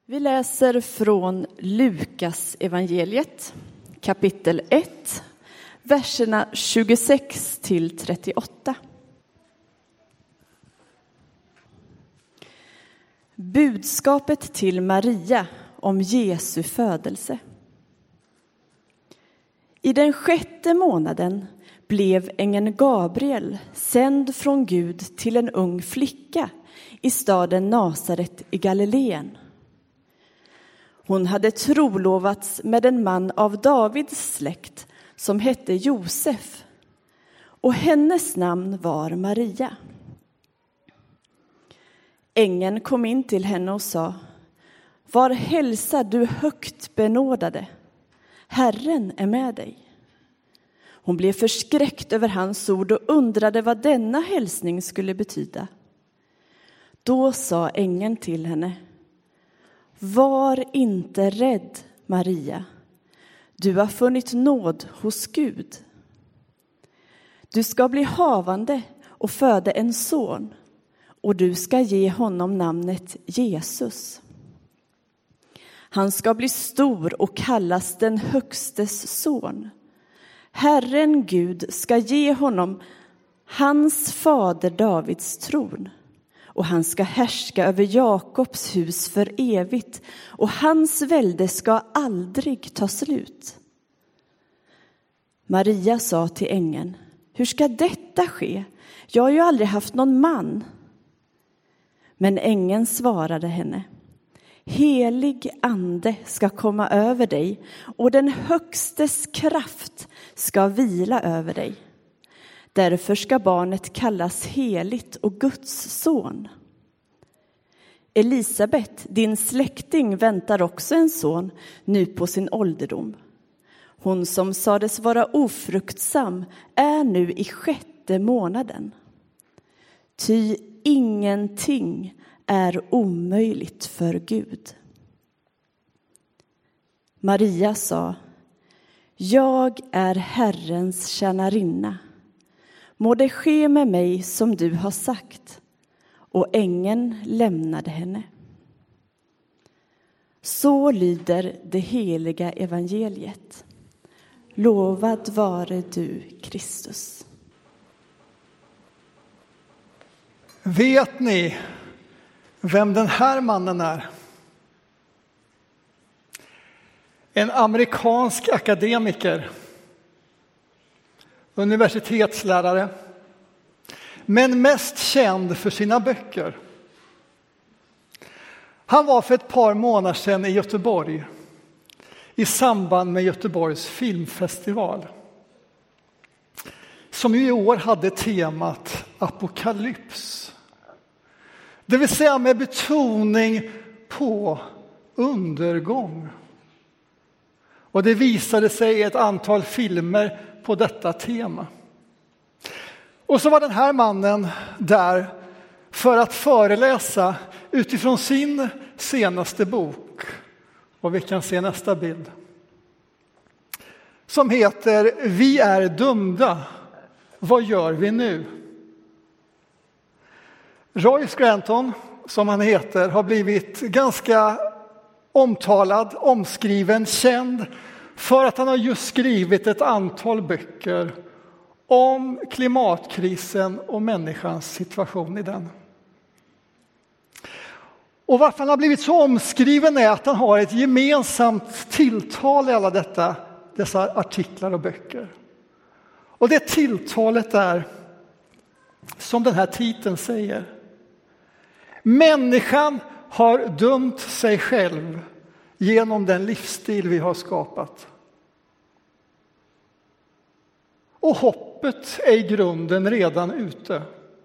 Vi läser från Lukas evangeliet, kapitel 1, verserna 26 till 38. Budskapet till Maria om Jesu födelse. I den 6:e månaden blev ängeln Gabriel sänd från Gud till en ung flicka i staden Nasaret i Galileen. Hon hade trolovats med en man av Davids släkt som hette Josef, och hennes namn var Maria. Ängeln kom in till henne och sa: Var hälsad, du högt benådade, Herren är med dig. Hon blev förskräckt över hans ord och undrade vad denna hälsning skulle betyda. Då sa ängeln till henne: Var inte rädd, Maria. Du har funnit nåd hos Gud. Du ska bli havande och föda en son, och du ska ge honom namnet Jesus. Han ska bli stor och kallas den högstes son. Herren Gud ska ge honom hans fader Davids tron, och han ska härska över Jakobs hus för evigt, och hans välde ska aldrig ta slut. Maria sa till ängeln: Hur ska detta ske? Jag har ju aldrig haft någon man. Men ängeln svarade henne: Helig ande ska komma över dig, och den högstes kraft ska vila över dig. Därför ska barnet kallas heligt och Guds son. Elisabet, din släkting, väntar också en son nu på sin ålderdom. Hon som sades vara ofruktsam är nu i 6:e månaden. Ty ingenting är omöjligt för Gud. Maria sa: Jag är Herrens tjänarinna. Må det ske med mig som du har sagt. Och ängeln lämnade henne. Så lyder det heliga evangeliet. Lovad vare du, Kristus. Vet ni vem den här mannen är? En amerikansk akademiker, universitetslärare, men mest känd för sina böcker. Han var för ett par månader sedan i Göteborg i samband med Göteborgs filmfestival, som i år hade temat apokalyps. Det vill säga med betoning på undergång. Och det visade sig ett antal filmer på detta tema. Och så var den här mannen där för att föreläsa utifrån sin senaste bok. Och vi kan se nästa bild. Som heter Vi är dömda. Vad gör vi nu? Roy Scranton, som han heter, har blivit ganska omtalad, omskriven, känd för att han har just skrivit ett antal böcker om klimatkrisen och människans situation i den. Och varför han har blivit så omskriven är att han har ett gemensamt tilltal i alla dessa artiklar och böcker. Och det tilltalet är, som den här titeln säger: Människan har dömt sig själv genom den livsstil vi har skapat. Och hoppet är i grunden redan ute.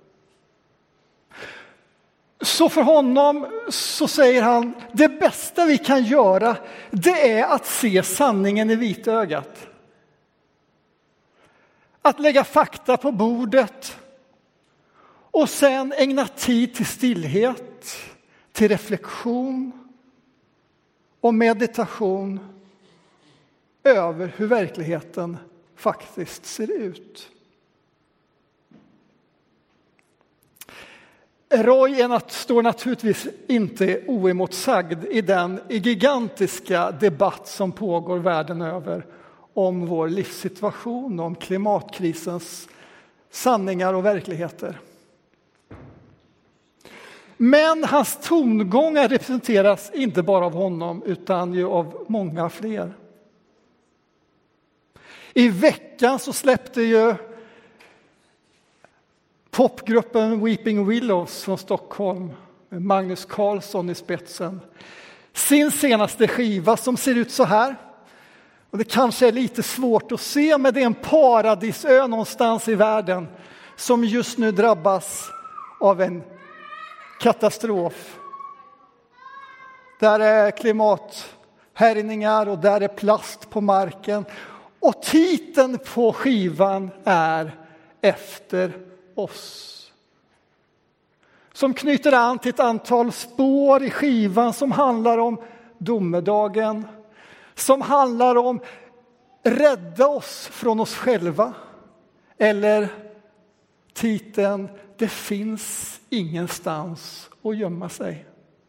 Så för honom så säger han: det bästa vi kan göra, det är att se sanningen i vitögat. Att lägga fakta på bordet och sen ägna tid till stillhet, till reflektion och meditation över hur verkligheten faktiskt ser ut. Roy står naturligtvis inte oemotsagd i den gigantiska debatt som pågår världen över om vår livssituation, om klimatkrisens sanningar och verkligheter. Men hans tongångar representeras inte bara av honom utan ju av många fler. I veckan så släppte ju popgruppen Weeping Willows från Stockholm med Magnus Carlsson i spetsen sin senaste skiva som ser ut så här. Och det kanske är lite svårt att se, men det är en paradisö någonstans i världen som just nu drabbas av en katastrof. Där är klimathärjningar och där är plast på marken. Och titeln på skivan är Efter oss. Som knyter an till ett antal spår i skivan som handlar om domedagen. Som handlar om rädda oss från oss själva. Eller titeln Det finns ingenstans att gömma sig.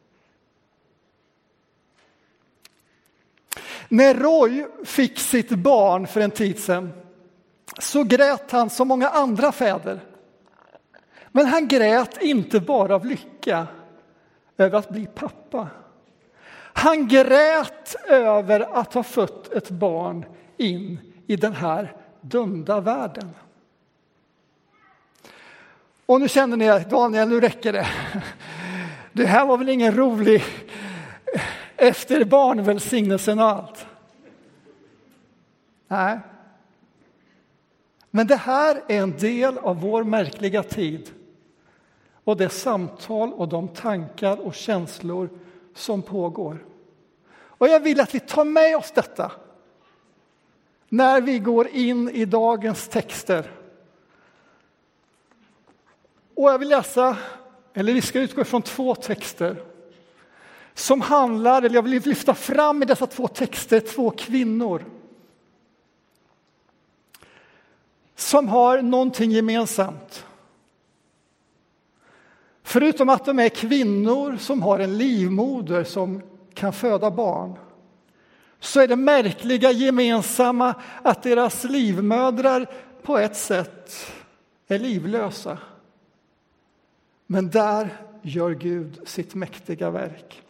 När Roy fick sitt barn för en tid sedan så grät han som många andra fäder. Men han grät inte bara av lycka över att bli pappa. Han grät över att ha fött ett barn in i den här dömda världen. Och nu känner ni, Daniel, nu räcker det. Det här var väl ingen rolig efter barnvälsignelsen och allt. Nej. Men det här är en del av vår märkliga tid. Och det samtal och de tankar och känslor som pågår. Och jag vill att vi tar med oss detta när vi går in i dagens texter. Och jag vill läsa, eller vi ska utgå från 2 texter som handlar, eller jag vill lyfta fram i dessa 2 texter 2 kvinnor som har någonting gemensamt. Förutom att de är kvinnor som har en livmoder som kan föda barn, så är det märkliga gemensamma att deras livmödrar på ett sätt är livlösa. Men där gör Gud sitt mäktiga verk.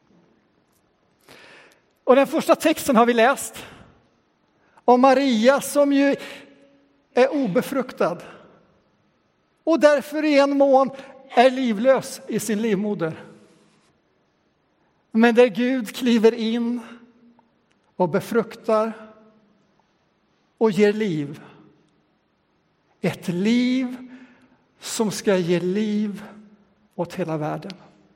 Och den första texten har vi läst om Maria som ju är obefruktad och därför i en mån är livlös i sin livmoder. Men där Gud kliver in och befruktar och ger liv. Ett liv som ska ge liv åt hela världen.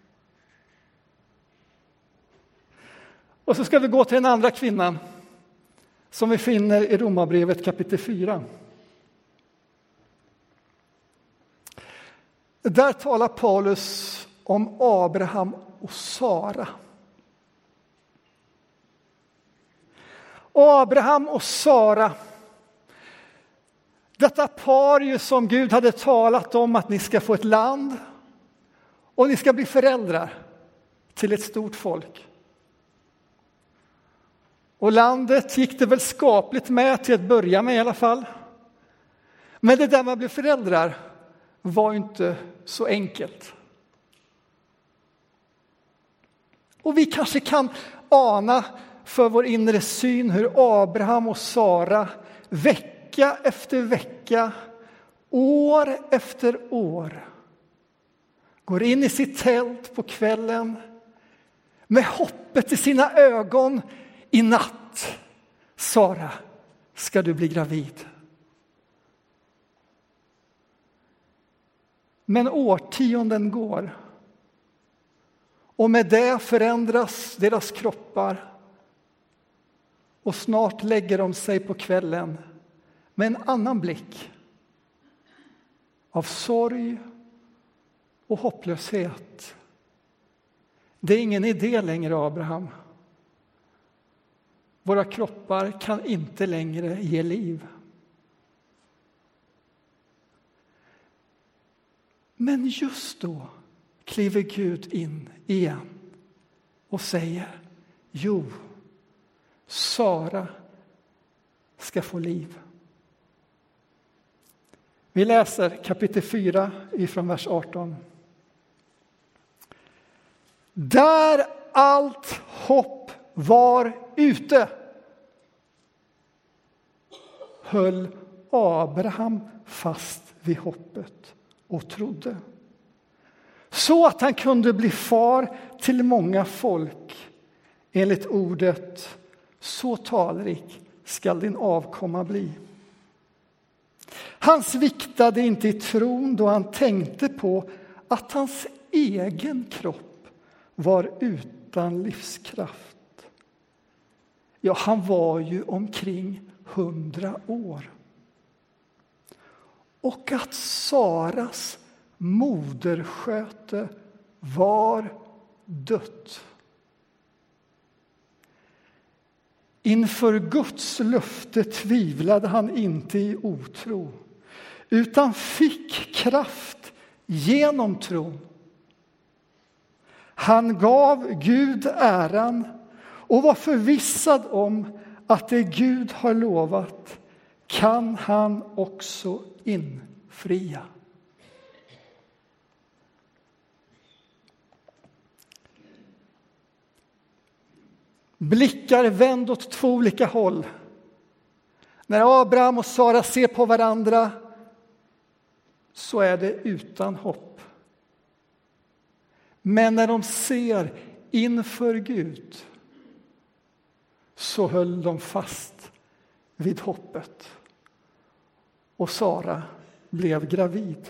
Och så ska vi gå till den andra kvinnan som vi finner i Romarbrevet kapitel 4. Där talar Paulus om Abraham och Sara. Abraham och Sara. Detta par ju som Gud hade talat om att ni ska få ett land och ni ska bli föräldrar till ett stort folk. Och landet gick det väl skapligt med till att börja med i alla fall. Men det där med att bli föräldrar var inte så enkelt. Och vi kanske kan ana för vår inre syn hur Abraham och Sara vecka efter vecka, år efter år går in i sitt tält på kvällen med hoppet i sina ögon. I natt, Sara, ska du bli gravid. Men årtionden går. Och med det förändras deras kroppar. Och snart lägger de sig på kvällen med en annan blick. Av sorg och hopplöshet. Det är ingen idé längre, Abraham. Våra kroppar kan inte längre ge liv. Men just då kliver Gud in igen och säger: jo, Sara ska få liv. Vi läser kapitel 4 ifrån vers 18. Där allt hopp var ute höll Abraham fast vid hoppet och trodde, så att han kunde bli far till många folk. Enligt ordet, så talrik skall din avkomma bli. Han sviktade inte i tron då han tänkte på att hans egen kropp var utan livskraft. Ja, han var ju omkring 100 år. Och att Saras modersköte var dött. Inför Guds löfte tvivlade han inte i otro, utan fick kraft genom tron. Han gav Gud äran och var förvissad om att det Gud har lovat kan han också infria. Blickar vänd åt 2 olika håll. När Abraham och Sara ser på varandra så är det utan hopp. Men när de ser inför Gud så höll de fast vid hoppet. Och Sara blev gravid.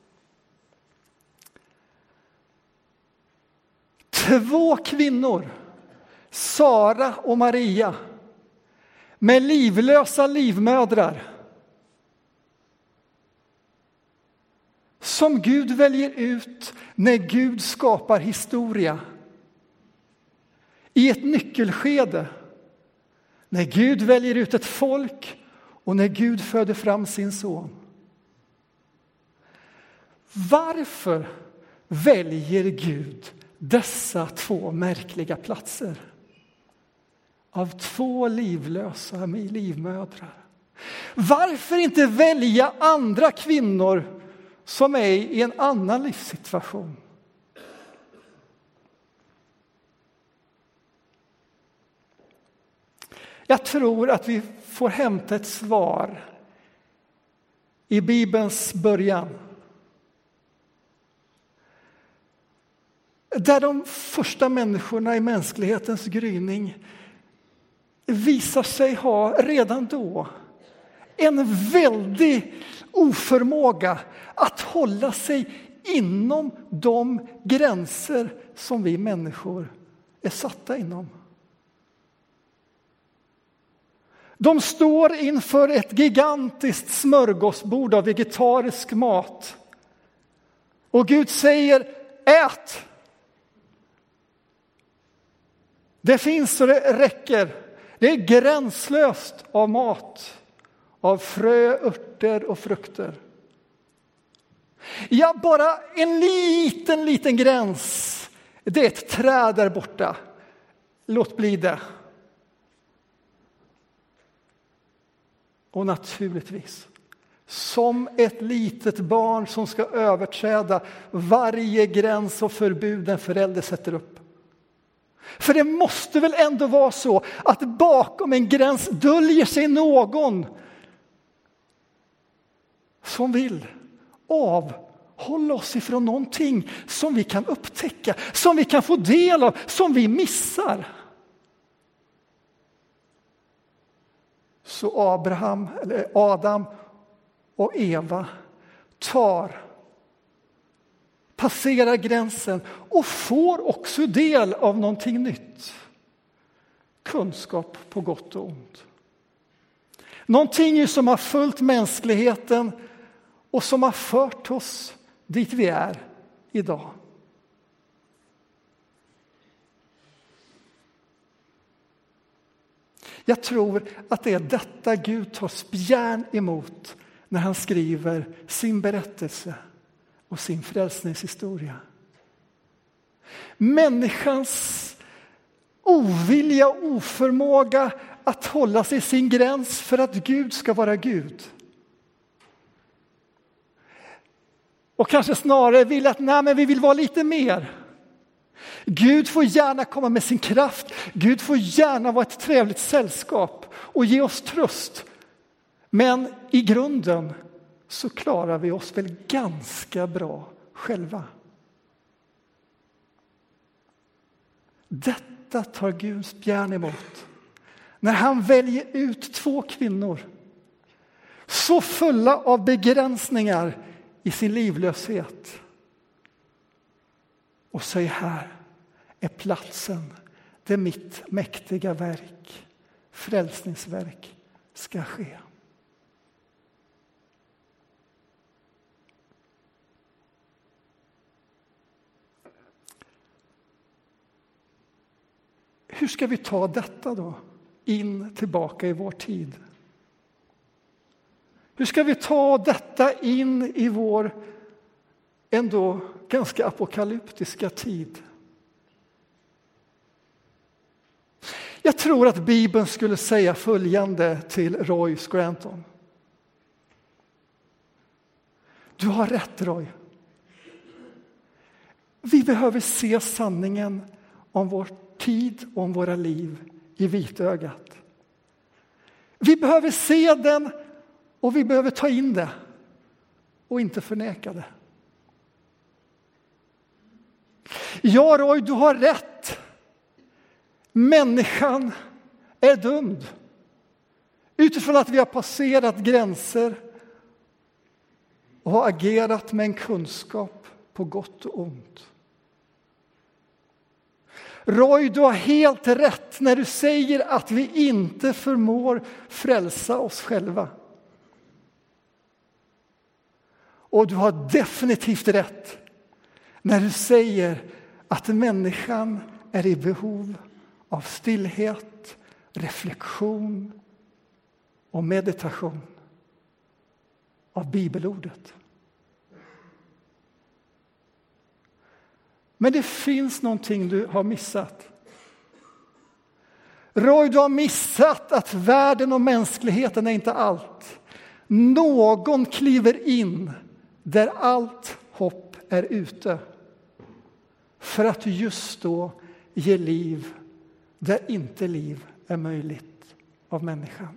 2 kvinnor, Sara och Maria, med livlösa livmödrar, som Gud väljer ut när Gud skapar historia. I ett nyckelskede, när Gud väljer ut ett folk och när Gud föder fram sin son. Varför väljer Gud dessa 2 märkliga platser? Av 2 livlösa livmödrar. Varför inte välja andra kvinnor som är i en annan livssituation? Jag tror att vi får hämta ett svar i Bibelns början. Där de första människorna i mänsklighetens gryning visar sig ha redan då en väldig oförmåga att hålla sig inom de gränser som vi människor är satta inom. De står inför ett gigantiskt smörgåsbord av vegetarisk mat. Och Gud säger: ät! Det finns så det räcker. Det är gränslöst av mat, av frö, örter och frukter. Ja, bara en liten gräns. Det är ett träd där borta. Låt bli det. Och naturligtvis, som ett litet barn som ska överträda varje gräns och förbud en förälder sätter upp. För det måste väl ändå vara så att bakom en gräns döljer sig någon som vill avhålla oss ifrån någonting som vi kan upptäcka, som vi kan få del av, som vi missar. Så Adam och Eva passerar gränsen och får också del av någonting nytt. Kunskap på gott och ont. Någonting som har följt mänskligheten och som har fört oss dit vi är idag. Jag tror att det är detta Gud tar spjärn emot när han skriver sin berättelse och sin frälsningshistoria. Människans ovilja och oförmåga att hålla sig i sin gräns för att Gud ska vara Gud. Och kanske snarare vill att vi vill vara lite mer. Gud får gärna komma med sin kraft. Gud får gärna vara ett trevligt sällskap och ge oss tröst. Men i grunden så klarar vi oss väl ganska bra själva. Detta tar Gud spjärn emot när han väljer ut 2 kvinnor så fulla av begränsningar i sin livlöshet. Och säger: här är platsen där mitt mäktiga verk, frälsningsverk, ska ske. Hur ska vi ta detta då in tillbaka i vår tid? Hur ska vi ta detta in i vår ändå ganska apokalyptiska tid? Jag tror att Bibeln skulle säga följande till Roy Scranton. Du har rätt, Roy. Vi behöver se sanningen om vår tid och om våra liv i vitögat. Vi behöver se den och vi behöver ta in det och inte förneka det. Ja, Roy, du har rätt. Människan är dömd. Utifrån att vi har passerat gränser och har agerat med en kunskap på gott och ont. Roy, du har helt rätt när du säger att vi inte förmår frälsa oss själva. Och du har definitivt rätt när du säger att människan är i behov av stillhet, reflektion och meditation av bibelordet. Men det finns någonting du har missat. Roy, du har missat att världen och mänskligheten är inte allt. Någon kliver in där allt hopp är ute. För att just då ge liv där inte liv är möjligt av människan.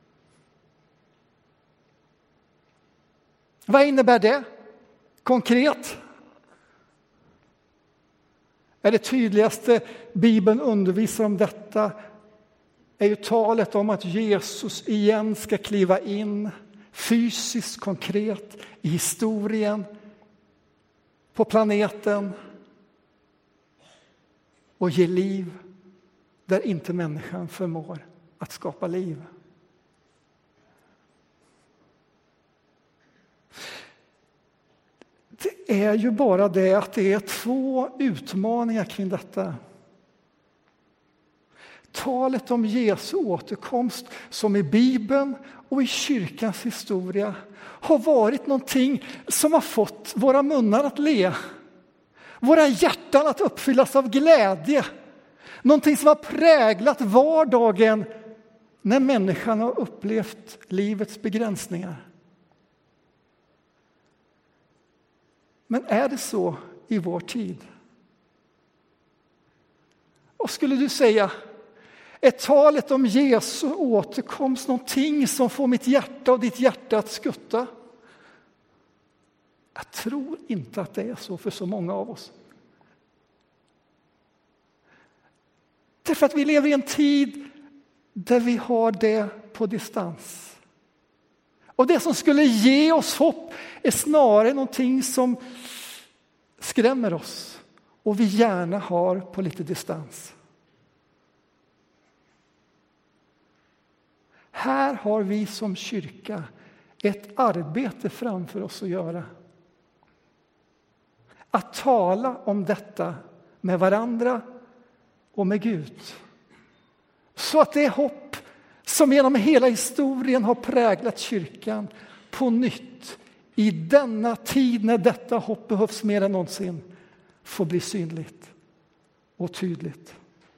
Vad innebär det konkret? Är det tydligaste Bibeln undervisar om detta är ju talet om att Jesus igen ska kliva in fysiskt konkret i historien, på planeten och ge liv där inte människan förmår att skapa liv. Det är ju bara det att det är 2 utmaningar kring detta. Talet om Jesu återkomst som i Bibeln och i kyrkans historia har varit någonting som har fått våra munnar att le. Våra hjärtan att uppfyllas av glädje. Någonting som har präglat vardagen när människan har upplevt livets begränsningar. Men är det så i vår tid? Och skulle du säga, är talet om Jesu återkomst någonting som får mitt hjärta och ditt hjärta att skutta? Jag tror inte att det är så för så många av oss. Därför att vi lever i en tid där vi har det på distans. Och det som skulle ge oss hopp är snarare någonting som skrämmer oss och vi gärna har på lite distans. Här har vi som kyrka ett arbete framför oss att göra. Att tala om detta med varandra och med Gud. Så att det hopp som genom hela historien har präglat kyrkan på nytt i denna tid när detta hopp behövs mer än någonsin får bli synligt och tydligt.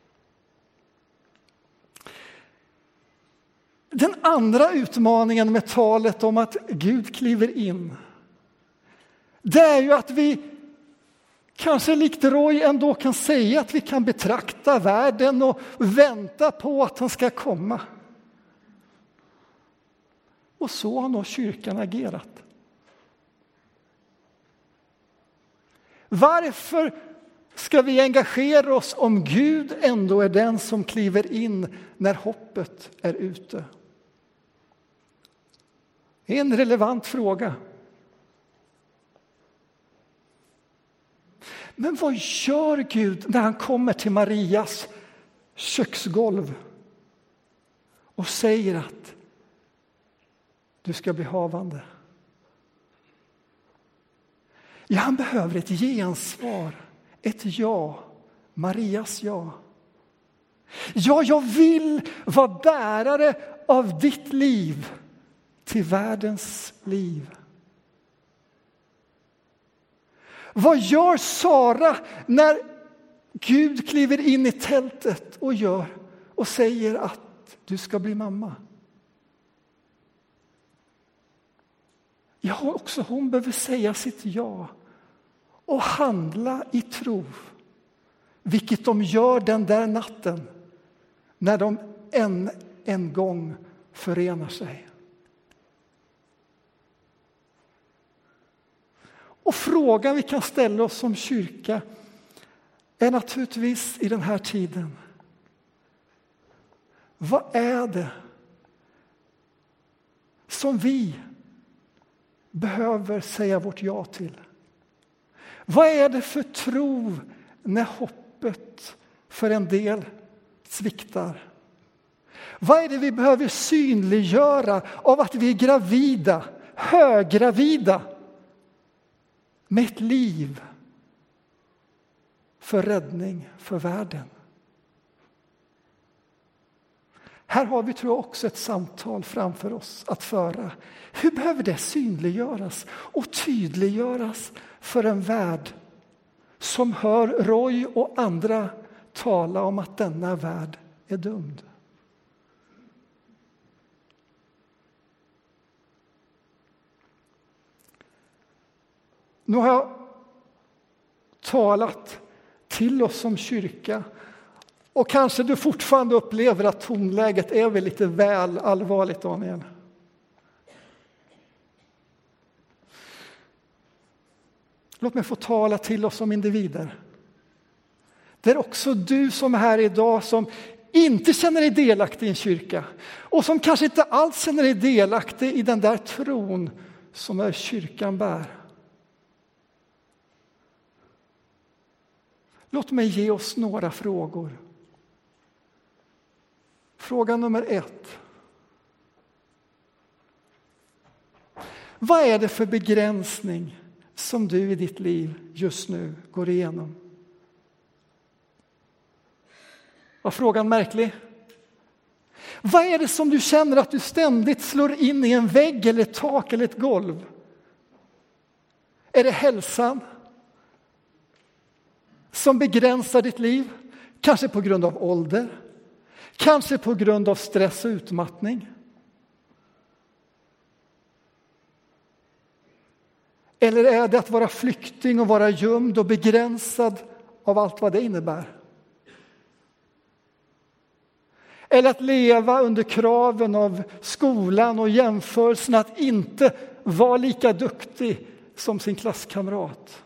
Den andra utmaningen med talet om att Gud kliver in, det är ju att vi kanske likt Roy ändå kan säga att vi kan betrakta världen och vänta på att han ska komma. Och så har nog kyrkan agerat. Varför ska vi engagera oss om Gud ändå är den som kliver in när hoppet är ute? Det är en relevant fråga. Men vad gör Gud när han kommer till Marias köksgolv och säger att du ska bli havande? Ja, han behöver ett gensvar, ett ja, Marias ja. Ja, jag vill vara bärare av ditt liv till världens liv. Vad gör Sara när Gud kliver in i tältet och säger att du ska bli mamma? Ja, också hon behöver säga sitt ja och handla i tro. Vilket de gör den där natten när de en gång förenar sig. Och frågan vi kan ställa oss som kyrka är naturligtvis i den här tiden: vad är det som vi behöver säga vårt ja till? Vad är det för tro när hoppet för en del sviktar? Vad är det vi behöver synliggöra av att vi är gravida, höggravida, med ett liv för räddning för världen? Här har vi, tror jag, också ett samtal framför oss att föra. Hur behöver det synliggöras och tydliggöras för en värld som hör Roy och andra tala om att denna värld är dömd? Nu har jag talat till oss som kyrka, och kanske du fortfarande upplever att tonläget är väl lite väl allvarligt, Daniel. Låt mig få tala till oss som individer. Det är också du som är här idag som inte känner dig delaktig i en kyrka och som kanske inte alls känner dig delaktig i den där tron som är kyrkan bär. Låt mig ge oss några frågor. Fråga nummer 1. Vad är det för begränsning som du i ditt liv just nu går igenom? Var frågan märklig? Vad är det som du känner att du ständigt slår in i en vägg eller ett tak eller ett golv? Är det hälsan som begränsar ditt liv? Kanske på grund av ålder. Kanske på grund av stress och utmattning. Eller är det att vara flykting och vara gömd och begränsad av allt vad det innebär? Eller att leva under kraven av skolan och jämförelsen att inte vara lika duktig som sin klasskamrat?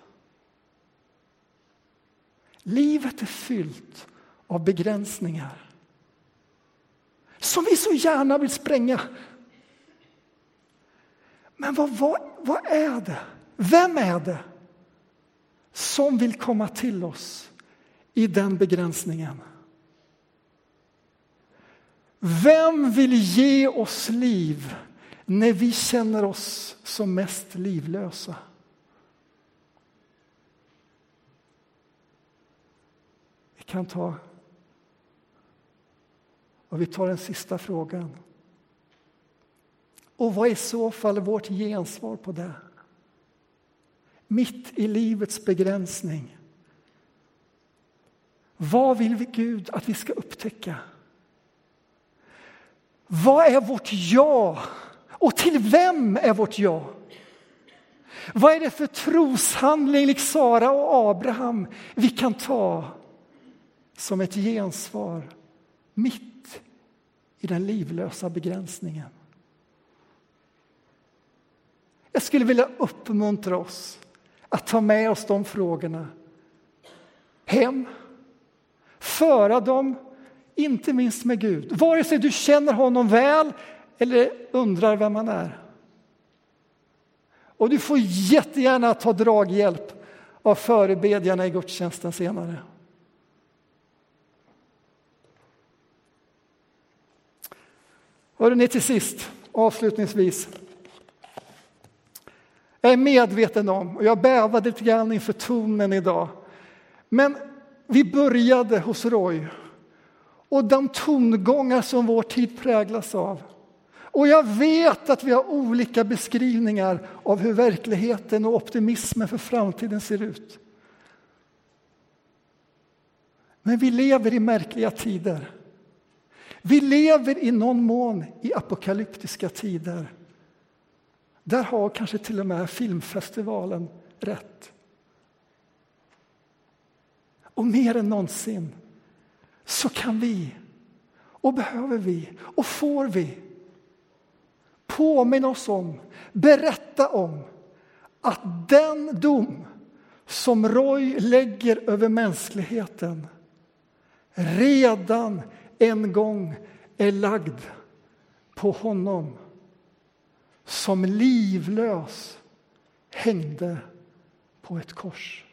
Livet är fyllt av begränsningar som vi så gärna vill spränga. Men vad är det? Vem är det som vill komma till oss i den begränsningen? Vem vill ge oss liv när vi känner oss som mest livlösa? Vi tar den sista frågan. Och vad är i så fall vårt gensvar på det? Mitt i livets begränsning. Vad vill vi Gud att vi ska upptäcka? Vad är vårt ja? Och till vem är vårt ja? Vad är det för troshandling likt Sara och Abraham vi kan ta som ett gensvar mitt i den livlösa begränsningen? Jag skulle vilja uppmuntra oss att ta med oss de frågorna hem, föra dem inte minst med Gud. Vare sig du känner honom väl eller undrar vem han är. Och du får jättegärna ta draghjälp av förebedjarna i gudstjänsten senare. Hörrni, till sist, avslutningsvis. Jag är medveten om, och jag bävade lite grann inför tonen idag. Men vi började hos Roy. Och de tongångar som vår tid präglas av. Och jag vet att vi har olika beskrivningar av hur verkligheten och optimismen för framtiden ser ut. Men vi lever i märkliga tider. Vi lever i någon mån i apokalyptiska tider. Där har kanske till och med filmfestivalen rätt. Och mer än någonsin så kan vi, och behöver vi, och får vi påminna oss om, berätta om att den dom som Roy lägger över mänskligheten redan en gång är lagd på honom som livlös hängde på ett kors.